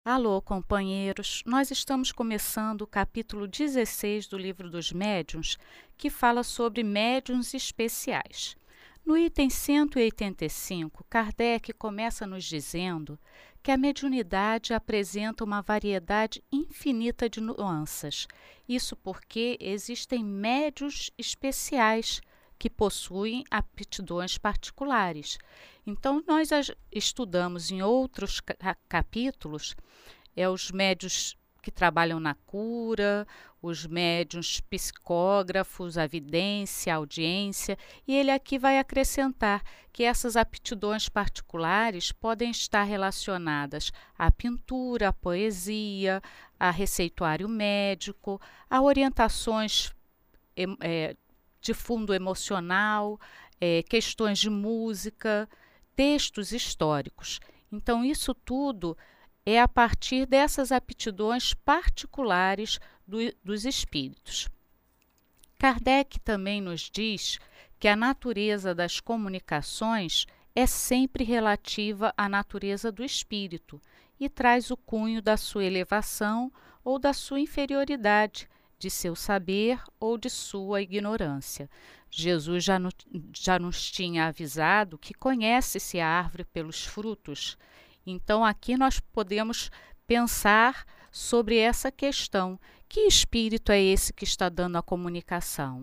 Alô, companheiros! Nós estamos começando o capítulo 16 do Livro dos Médiuns, que fala sobre médiuns especiais. No item 185, Kardec começa nos dizendo que a mediunidade apresenta uma variedade infinita de nuances. Isso porque existem médiuns especiais que possuem aptidões particulares. Então, nós estudamos em outros capítulos os médiuns que trabalham na cura, os médiuns psicógrafos, a vidência, a audiência, e ele aqui vai acrescentar que essas aptidões particulares podem estar relacionadas à pintura, à poesia, a receituário médico, a orientações de fundo emocional, questões de música, textos históricos. Então, isso tudo é a partir dessas aptidões particulares dos espíritos. Kardec também nos diz que a natureza das comunicações é sempre relativa à natureza do espírito e traz o cunho da sua elevação ou da sua inferioridade, de seu saber ou de sua ignorância. Jesus já nos tinha avisado que conhece-se a árvore pelos frutos. Então, aqui nós podemos pensar sobre essa questão. Que espírito é esse que está dando a comunicação?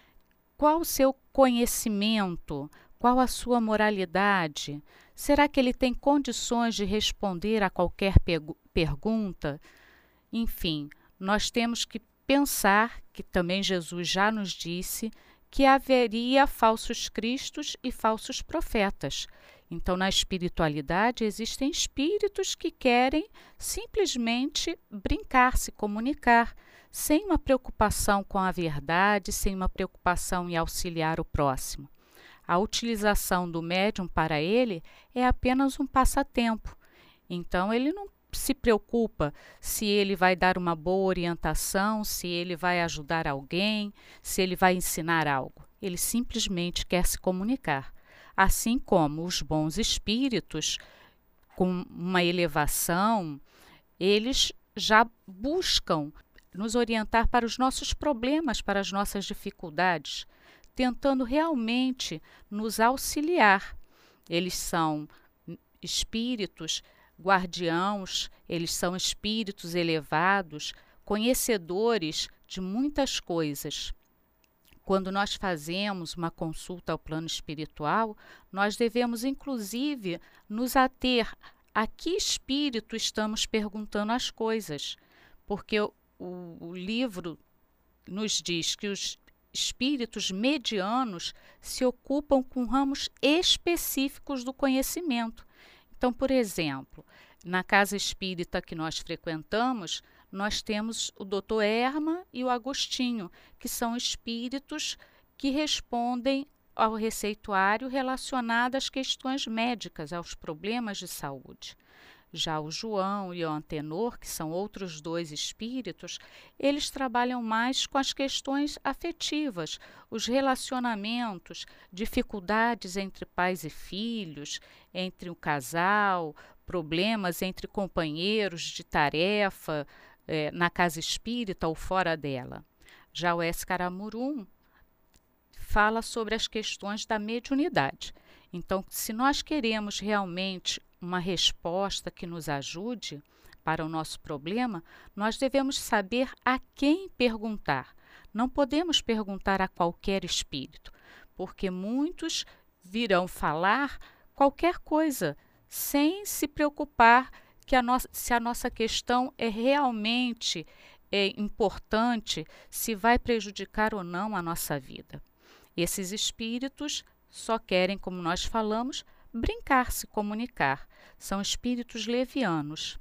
Qual o seu conhecimento? Qual a sua moralidade? Será que ele tem condições de responder a qualquer pergunta? Enfim, nós temos que pensar, que também Jesus já nos disse, que haveria falsos cristos e falsos profetas. Então, na espiritualidade, existem espíritos que querem simplesmente brincar, se comunicar, sem uma preocupação com a verdade, sem uma preocupação em auxiliar o próximo. A utilização do médium para ele é apenas um passatempo. Então, ele não se preocupa se ele vai dar uma boa orientação, se ele vai ajudar alguém, se ele vai ensinar algo. Ele simplesmente quer se comunicar. Assim como os bons espíritos, com uma elevação, eles já buscam nos orientar para os nossos problemas, para as nossas dificuldades, tentando realmente nos auxiliar. Eles são espíritos guardiãos, eles são espíritos elevados, conhecedores de muitas coisas. Quando nós fazemos uma consulta ao plano espiritual, nós devemos, inclusive, nos ater a que espírito estamos perguntando as coisas, porque o livro nos diz que os espíritos medianos se ocupam com ramos específicos do conhecimento. Então, por exemplo, na casa espírita que nós frequentamos, nós temos o Dr. Erma e o Agostinho, que são espíritos que respondem ao receituário relacionado às questões médicas, aos problemas de saúde. Já o João e o Antenor, que são outros dois espíritos, eles trabalham mais com as questões afetivas, os relacionamentos, dificuldades entre pais e filhos, entre o casal, problemas entre companheiros de tarefa, na casa espírita ou fora dela. Já o Escaramurum fala sobre as questões da mediunidade. Então, se nós queremos realmente uma resposta que nos ajude para o nosso problema, nós devemos saber a quem perguntar. Não podemos perguntar a qualquer espírito, porque muitos virão falar qualquer coisa, sem se preocupar se a nossa questão é realmente importante, se vai prejudicar ou não a nossa vida. Esses espíritos só querem, como nós falamos, brincar, se comunicar. São espíritos levianos.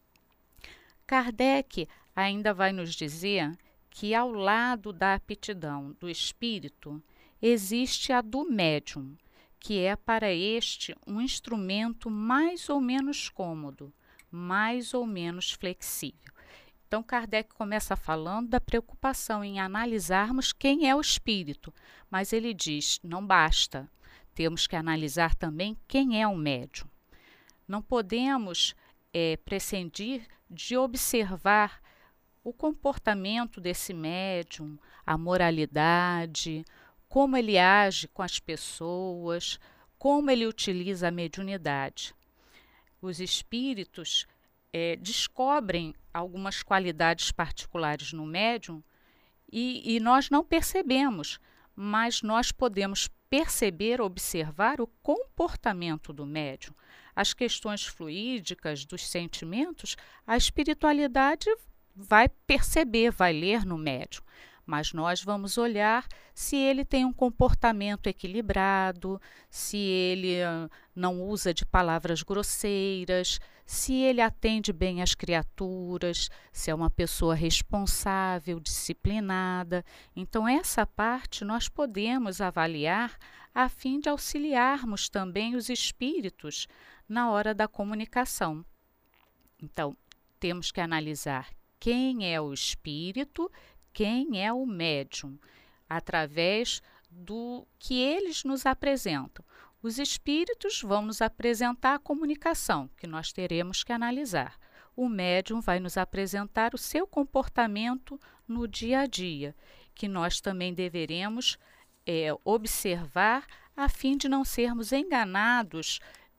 Kardec ainda vai nos dizer que ao lado da aptidão do espírito existe a do médium, que é para este um instrumento mais ou menos cômodo, mais ou menos flexível. Então, Kardec começa falando da preocupação em analisarmos quem é o espírito, mas ele diz, não basta, temos que analisar também quem é o médium. Não podemos prescindir de observar o comportamento desse médium, a moralidade, como ele age com as pessoas, como ele utiliza a mediunidade. Os espíritos descobrem algumas qualidades particulares no médium e nós não percebemos, mas nós podemos perceber, observar o comportamento do médium. As questões fluídicas dos sentimentos, a espiritualidade vai perceber, vai ler no médium, mas nós vamos olhar se ele tem um comportamento equilibrado, se ele não usa de palavras grosseiras, se ele atende bem as criaturas, se é uma pessoa responsável, disciplinada. Então, essa parte nós podemos avaliar a fim de auxiliarmos também os espíritos na hora da comunicação. Então, temos que analisar quem é o espírito, quem é o médium, através do que eles nos apresentam. Os espíritos vão nos apresentar a comunicação, que nós teremos que analisar. O médium vai nos apresentar o seu comportamento no dia a dia, que nós também deveremos observar a fim de não sermos enganados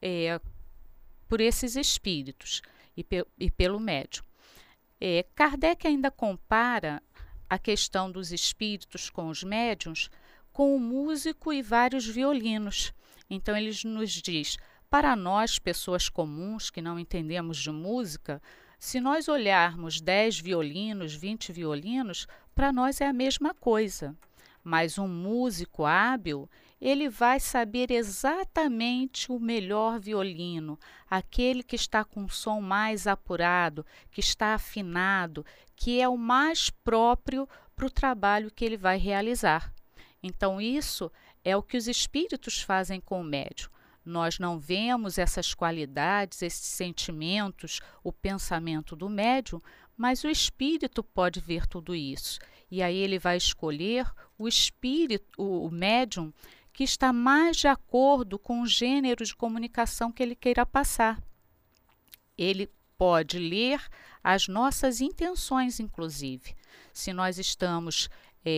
por esses espíritos e pelo médium. Kardec ainda compara a questão dos espíritos com os médiuns com o músico e vários violinos. Então, ele nos diz, para nós, pessoas comuns que não entendemos de música, se nós olharmos 10 violinos, 20 violinos, para nós é a mesma coisa. Mas um músico hábil, ele vai saber exatamente o melhor violino, aquele que está com o som mais apurado, que está afinado, que é o mais próprio para o trabalho que ele vai realizar. Então, isso é o que os espíritos fazem com o médium. Nós não vemos essas qualidades, esses sentimentos, o pensamento do médium, mas o espírito pode ver tudo isso. E aí ele vai escolher o espírito, o médium, que está mais de acordo com o gênero de comunicação que ele queira passar. Ele pode ler as nossas intenções, inclusive. Se nós estamos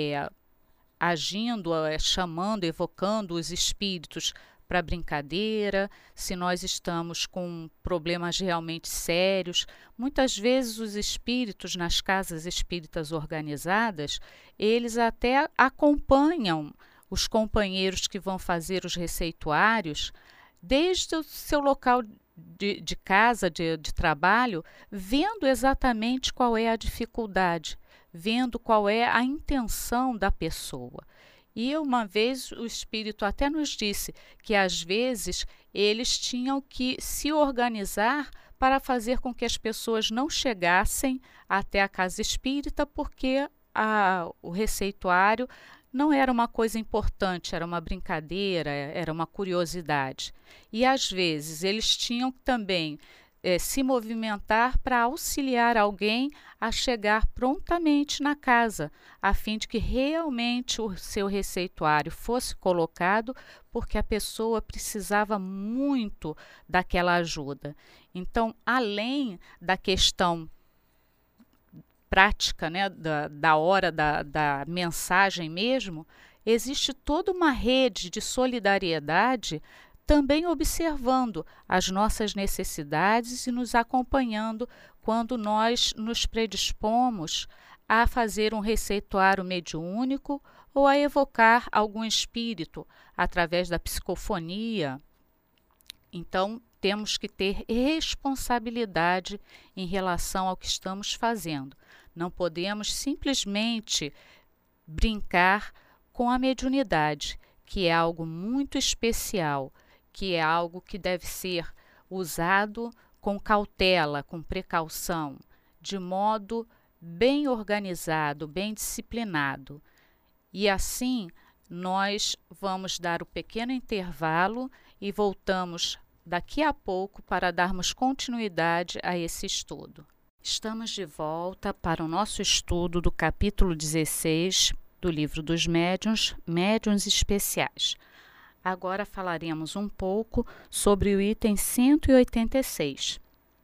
agindo, chamando, evocando os espíritos para brincadeira, se nós estamos com problemas realmente sérios. Muitas vezes os espíritos nas casas espíritas organizadas, eles até acompanham os companheiros que vão fazer os receituários desde o seu local de casa, de trabalho, vendo exatamente qual é a dificuldade, vendo qual é a intenção da pessoa. E uma vez o espírito até nos disse que às vezes eles tinham que se organizar para fazer com que as pessoas não chegassem até a casa espírita, porque o receituário não era uma coisa importante, era uma brincadeira, era uma curiosidade. E às vezes eles tinham também se movimentar para auxiliar alguém a chegar prontamente na casa, a fim de que realmente o seu receituário fosse colocado, porque a pessoa precisava muito daquela ajuda. Então, além da questão prática, né, da hora da mensagem mesmo, existe toda uma rede de solidariedade também observando as nossas necessidades e nos acompanhando quando nós nos predispomos a fazer um receituário mediúnico ou a evocar algum espírito através da psicofonia. Então, temos que ter responsabilidade em relação ao que estamos fazendo. Não podemos simplesmente brincar com a mediunidade, que é algo muito especial, que é algo que deve ser usado com cautela, com precaução, de modo bem organizado, bem disciplinado. E assim, nós vamos dar o pequeno intervalo e voltamos daqui a pouco para darmos continuidade a esse estudo. Estamos de volta para o nosso estudo do capítulo 16 do Livro dos Médiuns, Médiuns Especiais. Agora falaremos um pouco sobre o item 186.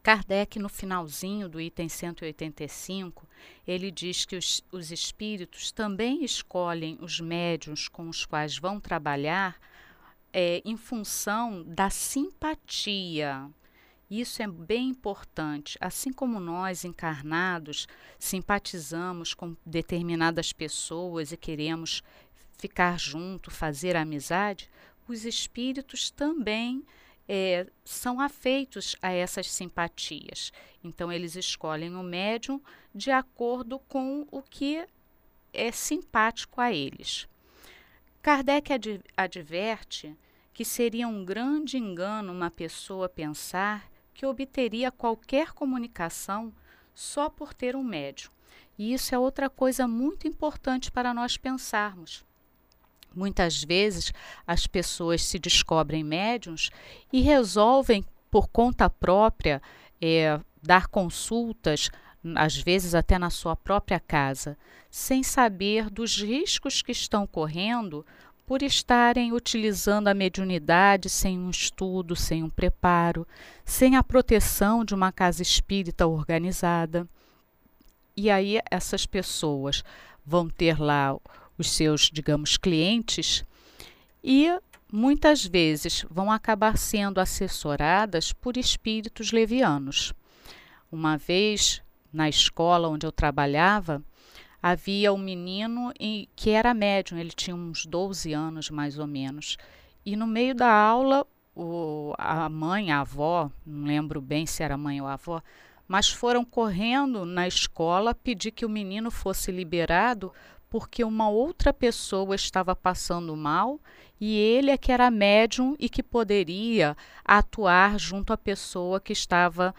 Kardec, no finalzinho do item 185, ele diz que os espíritos também escolhem os médiuns com os quais vão trabalhar em função da simpatia. Isso é bem importante. Assim como nós, encarnados, simpatizamos com determinadas pessoas e queremos ficar junto, fazer amizade, os espíritos também são afeitos a essas simpatias. Então, eles escolhem o médium de acordo com o que é simpático a eles. Kardec adverte que seria um grande engano uma pessoa pensar que obteria qualquer comunicação só por ter um médium. E isso é outra coisa muito importante para nós pensarmos. Muitas vezes as pessoas se descobrem médiuns e resolvem, por conta própria, dar consultas, às vezes até na sua própria casa, sem saber dos riscos que estão correndo por estarem utilizando a mediunidade sem um estudo, sem um preparo, sem a proteção de uma casa espírita organizada. E aí essas pessoas vão ter lá os seus, digamos, clientes e muitas vezes vão acabar sendo assessoradas por espíritos levianos. Uma vez, na escola onde eu trabalhava, havia um menino que era médium, ele tinha uns 12 anos mais ou menos, e no meio da aula a mãe, a avó, não lembro bem se era mãe ou avó, mas foram correndo na escola pedir que o menino fosse liberado porque uma outra pessoa estava passando mal e ele é que era médium e que poderia atuar junto à pessoa que estava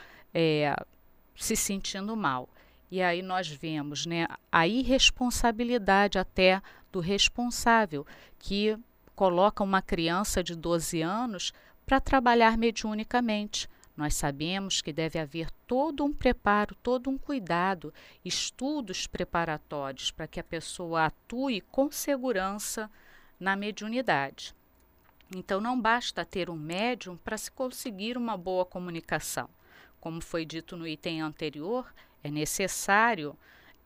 se sentindo mal. E aí nós vemos, né, a irresponsabilidade até do responsável, que coloca uma criança de 12 anos para trabalhar mediunicamente. Nós sabemos que deve haver todo um preparo, todo um cuidado, estudos preparatórios para que a pessoa atue com segurança na mediunidade. Então, não basta ter um médium para se conseguir uma boa comunicação. Como foi dito no item anterior, é necessário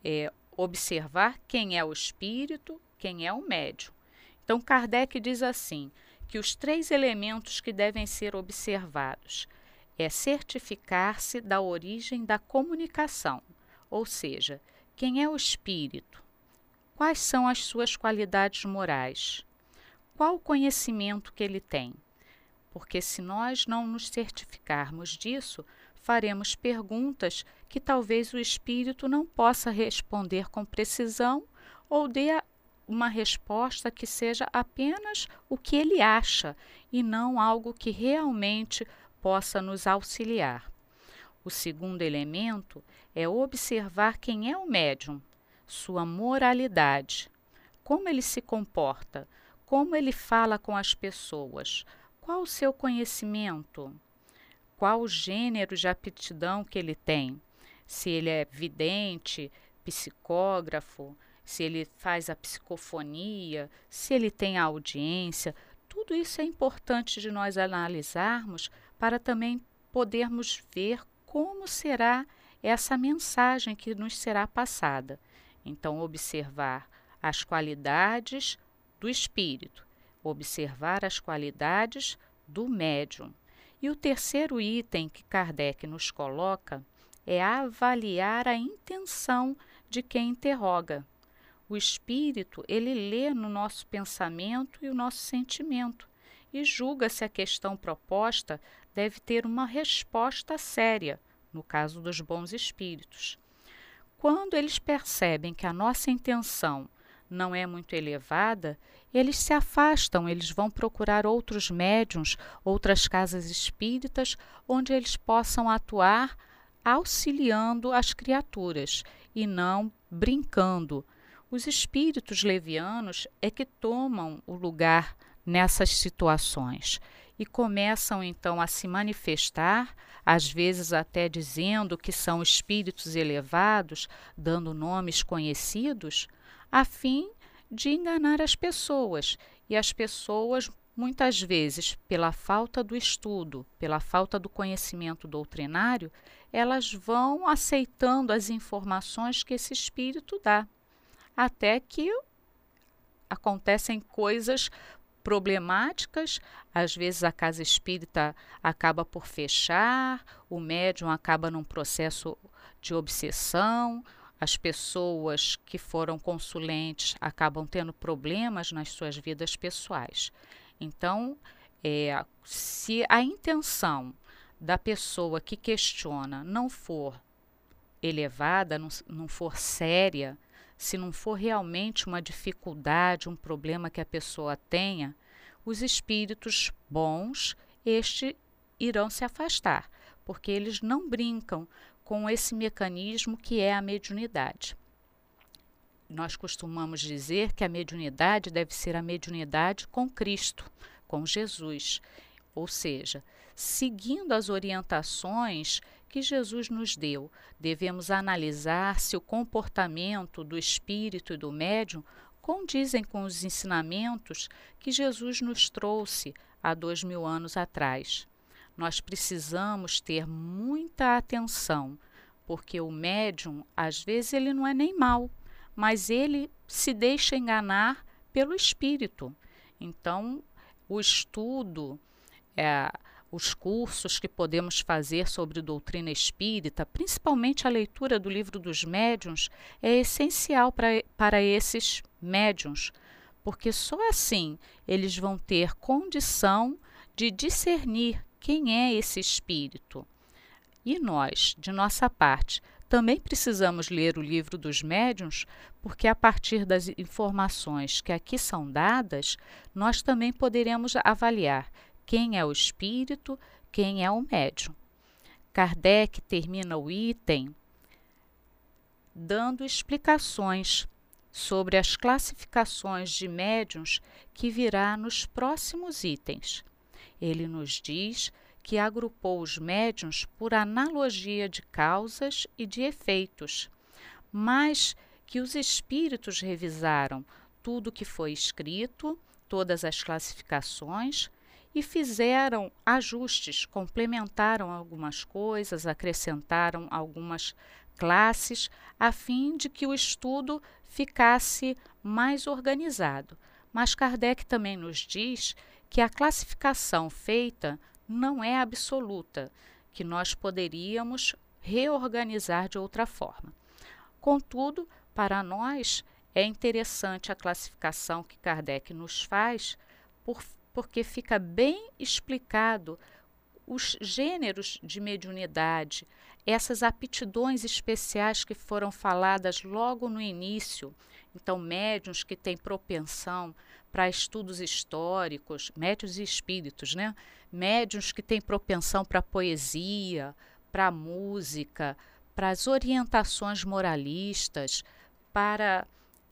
observar quem é o espírito, quem é o médium. Então, Kardec diz assim, que os 3 elementos que devem ser observados é certificar-se da origem da comunicação, ou seja, quem é o espírito, quais são as suas qualidades morais, qual o conhecimento que ele tem. Porque se nós não nos certificarmos disso, faremos perguntas que talvez o espírito não possa responder com precisão ou dê uma resposta que seja apenas o que ele acha e não algo que realmente possa nos auxiliar. O segundo elemento é observar quem é o médium, sua moralidade, como ele se comporta, como ele fala com as pessoas, qual o seu conhecimento, qual o gênero de aptidão que ele tem, se ele é vidente, psicógrafo, se ele faz a psicofonia, se ele tem a audiência. Tudo isso é importante de nós analisarmos para também podermos ver como será essa mensagem que nos será passada. Então, observar as qualidades do espírito, observar as qualidades do médium. E o terceiro item que Kardec nos coloca é avaliar a intenção de quem interroga. O espírito, ele lê no nosso pensamento e o nosso sentimento e julga se a questão proposta deve ter uma resposta séria, no caso dos bons espíritos. Quando eles percebem que a nossa intenção não é muito elevada, eles se afastam, eles vão procurar outros médiuns, outras casas espíritas, onde eles possam atuar auxiliando as criaturas e não brincando. Os espíritos levianos é que tomam o lugar nessas situações e começam então a se manifestar, às vezes até dizendo que são espíritos elevados, dando nomes conhecidos, a fim de enganar as pessoas. E as pessoas muitas vezes, pela falta do estudo, pela falta do conhecimento doutrinário, elas vão aceitando as informações que esse espírito dá, até que acontecem coisas problemáticas. Às vezes a casa espírita acaba por fechar, o médium acaba num processo de obsessão, as pessoas que foram consulentes acabam tendo problemas nas suas vidas pessoais. Então, se a intenção da pessoa que questiona não for elevada, não for séria, se não for realmente uma dificuldade, um problema que a pessoa tenha, os espíritos bons, irão se afastar, porque eles não brincam com esse mecanismo que é a mediunidade. Nós costumamos dizer que a mediunidade deve ser a mediunidade com Cristo, com Jesus, ou seja, seguindo as orientações que Jesus nos deu, devemos analisar se o comportamento do espírito e do médium condizem com os ensinamentos que Jesus nos trouxe há 2000 anos atrás. Nós precisamos ter muita atenção, porque o médium, às vezes, ele não é nem mau, mas ele se deixa enganar pelo espírito. Então, o estudo, os cursos que podemos fazer sobre doutrina espírita, principalmente a leitura do Livro dos Médiuns, é essencial para esses médiuns, porque só assim eles vão ter condição de discernir quem é esse espírito. E nós, de nossa parte, também precisamos ler o Livro dos Médiuns, porque a partir das informações que aqui são dadas, nós também poderemos avaliar quem é o espírito, quem é o médium. Kardec termina o item dando explicações sobre as classificações de médiuns que virá nos próximos itens. Ele nos diz que agrupou os médiuns por analogia de causas e de efeitos, mas que os espíritos revisaram tudo o que foi escrito, todas as classificações, e fizeram ajustes, complementaram algumas coisas, acrescentaram algumas classes, a fim de que o estudo ficasse mais organizado. Mas Kardec também nos diz que a classificação feita não é absoluta, que nós poderíamos reorganizar de outra forma. Contudo, para nós, é interessante a classificação que Kardec nos faz, porque fica bem explicado os gêneros de mediunidade, essas aptidões especiais que foram faladas logo no início. Então, médiuns que têm propensão para estudos históricos, médiuns e espíritos, né? Médiuns que têm propensão para poesia, para música, para as orientações moralistas, para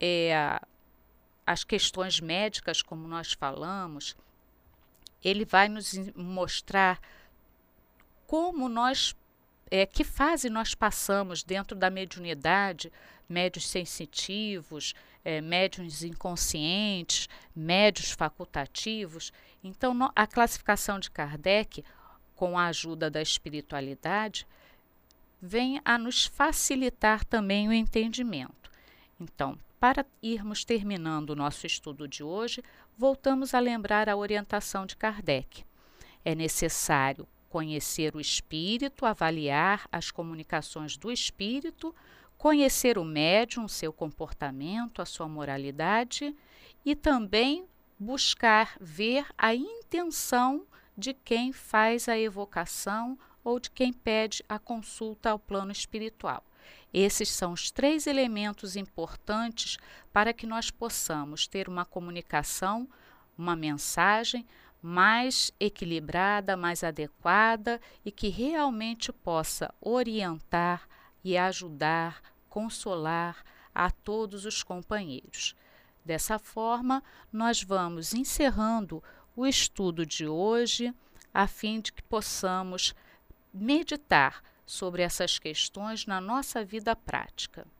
as questões médicas, como nós falamos. Ele vai nos mostrar como nós, que fase nós passamos dentro da mediunidade, médiuns sensitivos, médiuns inconscientes, médiuns facultativos. Então, a classificação de Kardec, com a ajuda da espiritualidade, vem a nos facilitar também o entendimento. Então, para irmos terminando o nosso estudo de hoje, voltamos a lembrar a orientação de Kardec. É necessário conhecer o espírito, avaliar as comunicações do espírito, conhecer o médium, seu comportamento, a sua moralidade e também buscar ver a intenção de quem faz a evocação ou de quem pede a consulta ao plano espiritual. Esses são os 3 elementos importantes para que nós possamos ter uma comunicação, uma mensagem mais equilibrada, mais adequada e que realmente possa orientar e ajudar, consolar a todos os companheiros. Dessa forma, nós vamos encerrando o estudo de hoje, a fim de que possamos meditar sobre essas questões na nossa vida prática.